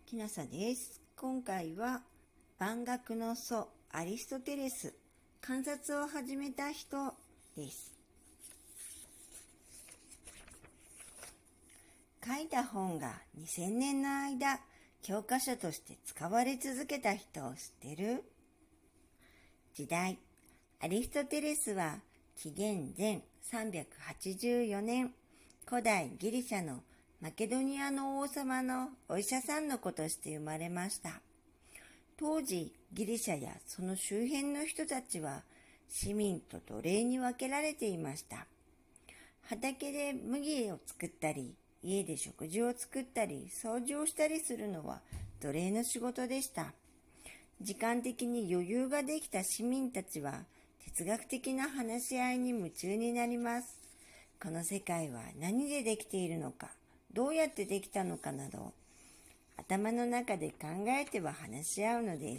きなさです。今回は万学の祖アリストテレス観察を始めた人です。書いた本が2000年の間教科書として使われ続けた人を知ってる？時代、アリストテレスは紀元前384年、古代ギリシャのマケドニアの王様のお医者さんの子として生まれました。当時、ギリシャやその周辺の人たちは市民と奴隷に分けられていました。畑で麦を作ったり、家で食事を作ったり、掃除をしたりするのは奴隷の仕事でした。時間的に余裕ができた市民たちは哲学的な話し合いに夢中になります。この世界は何でできているのか、どうやってできたのかなど、頭の中で考えては話し合うのです。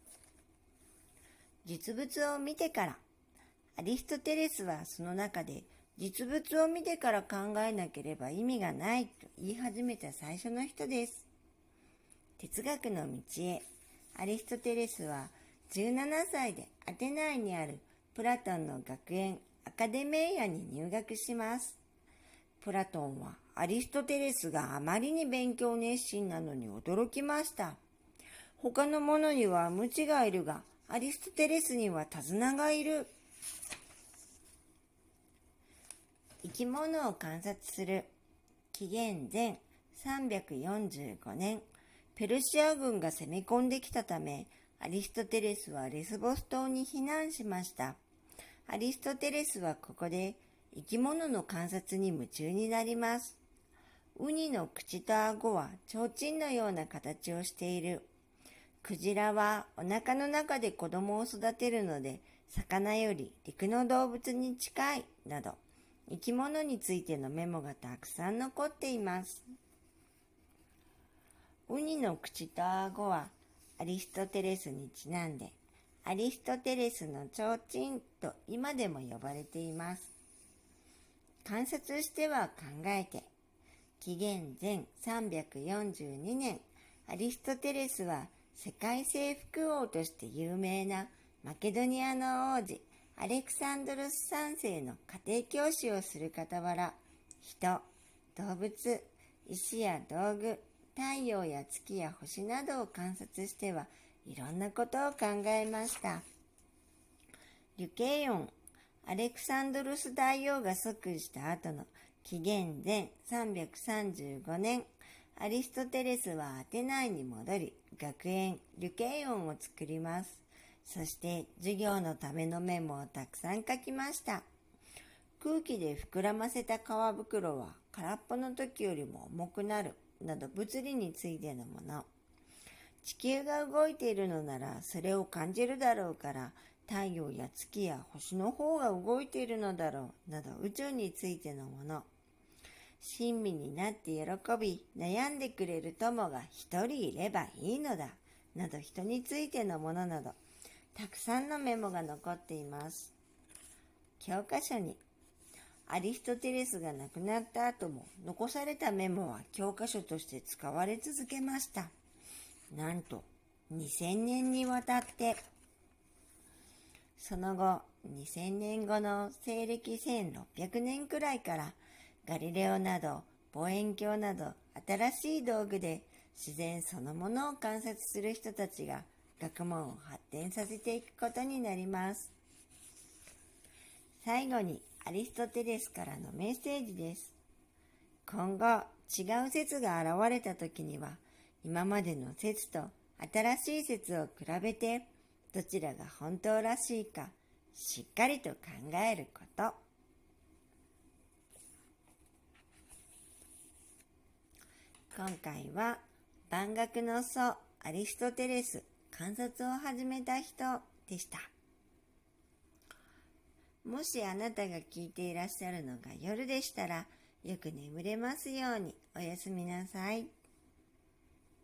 実物を見てから、アリストテレスはその中で実物を見てから考えなければ意味がないと言い始めた最初の人です。哲学の道へ、アリストテレスは17歳でアテナイにあるプラトンの学園アカデメイアに入学します。プラトンはアリストテレスがあまりに勉強熱心なのに驚きました。他の者には無知がいるが、アリストテレスには手綱がいる。生き物を観察する。紀元前345年、ペルシア軍が攻め込んできたため、アリストテレスはレスボス島に避難しました。アリストテレスはここで生き物の観察に夢中になります。ウニの口と顎は提灯のような形をしている。クジラはお腹の中で子供を育てるので、魚より陸の動物に近いなど、生き物についてのメモがたくさん残っています。ウニの口と顎はアリストテレスにちなんで、アリストテレスの提灯と今でも呼ばれています。観察しては考えて、紀元前342年、アリストテレスは世界征服王として有名なマケドニアの王子アレクサンドロス3世の家庭教師をする傍ら、人、動物、石や道具、太陽や月や星などを観察してはいろんなことを考えました。リュケイオン、アレクサンドロス大王が即位した後の紀元前335年、アリストテレスはアテナイに戻り、学園リュケイオンを作ります。そして授業のためのメモをたくさん書きました。空気で膨らませた皮袋は空っぽの時よりも重くなるなど物理についてのもの。地球が動いているのならそれを感じるだろうから、太陽や月や星の方が動いているのだろうなど宇宙についてのもの。親身になって喜び悩んでくれる友が一人いればいいのだなど人についてのものなど、たくさんのメモが残っています。教科書にアリストテレスが亡くなった後も残されたメモは教科書として使われ続けました。なんと2000年にわたって。その後、2000年後の西暦1600年くらいからガリレオなど望遠鏡など新しい道具で自然そのものを観察する人たちが学問を発展させていくことになります。最後にアリストテレスからのメッセージです。今後違う説が現れた時には、今までの説と新しい説を比べてどちらが本当らしいかしっかりと考えること。今回は万学の祖アリストテレス観察を始めた人でした。もしあなたが聞いていらっしゃるのが夜でしたら、よく眠れますようにおやすみなさい。